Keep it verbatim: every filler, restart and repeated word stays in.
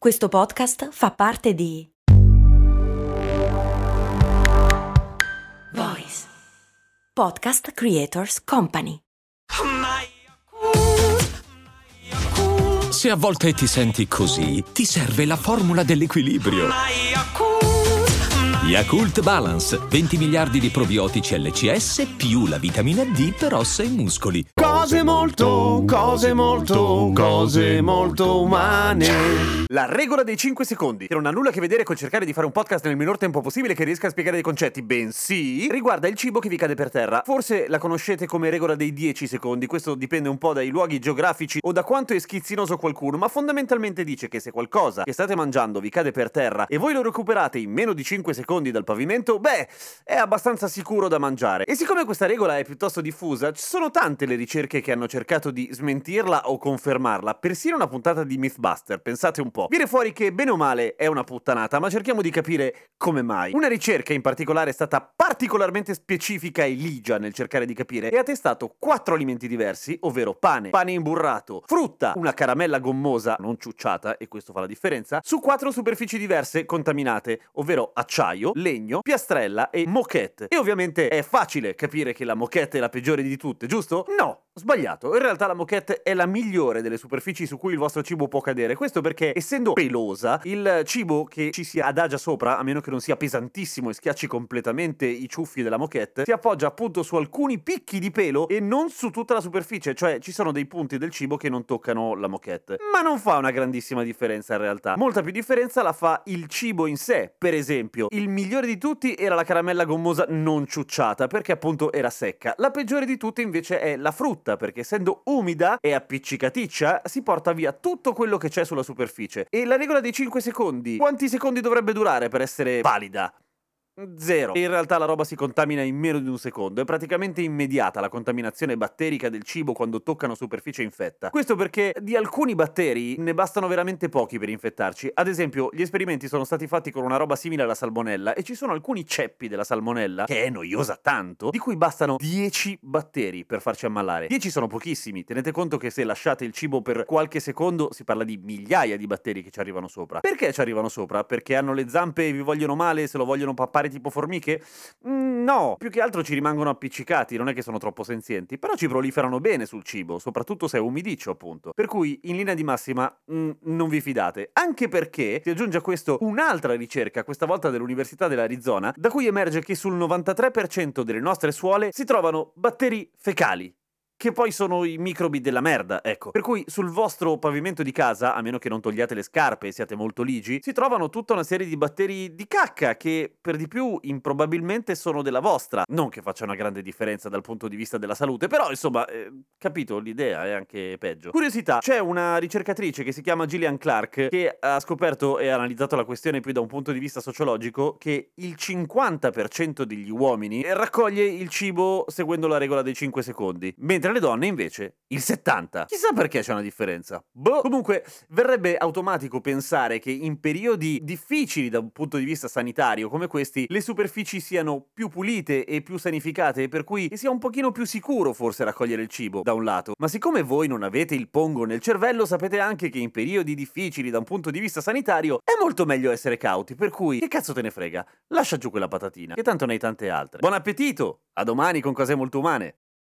Questo podcast fa parte di Voice Podcast Creators Company. Se a volte ti senti così, ti serve la formula dell'equilibrio. Yakult Balance, venti miliardi di probiotici L C S più la vitamina D per ossa e muscoli. Cose molto, cose molto, cose molto umane. La regola dei cinque secondi, che non ha nulla a che vedere con cercare di fare un podcast nel minor tempo possibile che riesca a spiegare dei concetti, bensì riguarda il cibo che vi cade per terra. Forse la conoscete come regola dei dieci secondi, questo dipende un po' dai luoghi geografici o da quanto è schizzinoso qualcuno, ma fondamentalmente dice che se qualcosa che state mangiando vi cade per terra e voi lo recuperate in meno di cinque secondi dal pavimento, beh, è abbastanza sicuro da mangiare. E siccome questa regola è piuttosto diffusa, ci sono tante le ricerche che hanno cercato di smentirla o confermarla, persino una puntata di Mythbuster, pensate un po'. Viene fuori che bene o male è una puttanata, ma cerchiamo di capire come mai. Una ricerca in particolare è stata particolarmente specifica e ligia nel cercare di capire e ha testato quattro alimenti diversi, ovvero pane, pane imburrato, frutta, una caramella gommosa non ciucciata, e questo fa la differenza, su quattro superfici diverse contaminate, ovvero acciaio, legno, piastrella e moquette. E ovviamente è facile capire che la moquette è la peggiore di tutte, giusto? No, sbagliato. In realtà la moquette è la migliore delle superfici su cui il vostro cibo può cadere. Questo perché, essendo pelosa, il cibo che ci si adagia sopra, a meno che non sia pesantissimo e schiacci completamente i ciuffi della moquette, si appoggia appunto su alcuni picchi di pelo e non su tutta la superficie, cioè ci sono dei punti del cibo che non toccano la moquette. Ma non fa una grandissima differenza in realtà. Molta più differenza la fa il cibo in sé. Per esempio, il migliore di tutti era la caramella gommosa non ciucciata, perché appunto era secca. La peggiore di tutte invece è la frutta, perché essendo umida e appiccicaticcia si porta via tutto quello che c'è sulla superficie. E la regola dei cinque secondi, quanti secondi dovrebbe durare per essere valida? Zero. In realtà la roba si contamina in meno di un secondo. È praticamente immediata la contaminazione batterica del cibo quando toccano superficie infetta. Questo perché di alcuni batteri ne bastano veramente pochi per infettarci. Ad esempio, gli esperimenti sono stati fatti con una roba simile alla salmonella e ci sono alcuni ceppi della salmonella, che è noiosa tanto, di cui bastano dieci batteri per farci ammalare. dieci sono pochissimi. Tenete conto che se lasciate il cibo per qualche secondo si parla di migliaia di batteri che ci arrivano sopra. Perché ci arrivano sopra? Perché hanno le zampe e vi vogliono male, se lo vogliono pappare tipo formiche? Mm, no, più che altro ci rimangono appiccicati, non è che sono troppo senzienti, però ci proliferano bene sul cibo, soprattutto se è umidiccio appunto. Per cui in linea di massima mm, non vi fidate, anche perché si aggiunge a questo un'altra ricerca, questa volta dell'Università dell'Arizona, da cui emerge che sul novantatré per cento delle nostre suole si trovano batteri fecali, che poi sono i microbi della merda, ecco. Per cui sul vostro pavimento di casa, a meno che non togliate le scarpe e siate molto ligi, si trovano tutta una serie di batteri di cacca che, per di più, improbabilmente sono della vostra. Non che faccia una grande differenza dal punto di vista della salute, però, insomma, eh, capito, l'idea è anche peggio. Curiosità, c'è una ricercatrice che si chiama Gillian Clark che ha scoperto e ha analizzato la questione più da un punto di vista sociologico che il cinquanta per cento degli uomini raccoglie il cibo seguendo la regola dei cinque secondi, mentre le donne invece il settanta. Chissà perché c'è una differenza. Boh. Comunque verrebbe automatico pensare che in periodi difficili da un punto di vista sanitario come questi le superfici siano più pulite e più sanificate, per cui sia un pochino più sicuro forse raccogliere il cibo da un lato. Ma siccome voi non avete il pongo nel cervello, sapete anche che in periodi difficili da un punto di vista sanitario è molto meglio essere cauti, per cui che cazzo te ne frega? Lascia giù quella patatina, che tanto ne hai tante altre. Buon appetito! A domani con cose molto umane.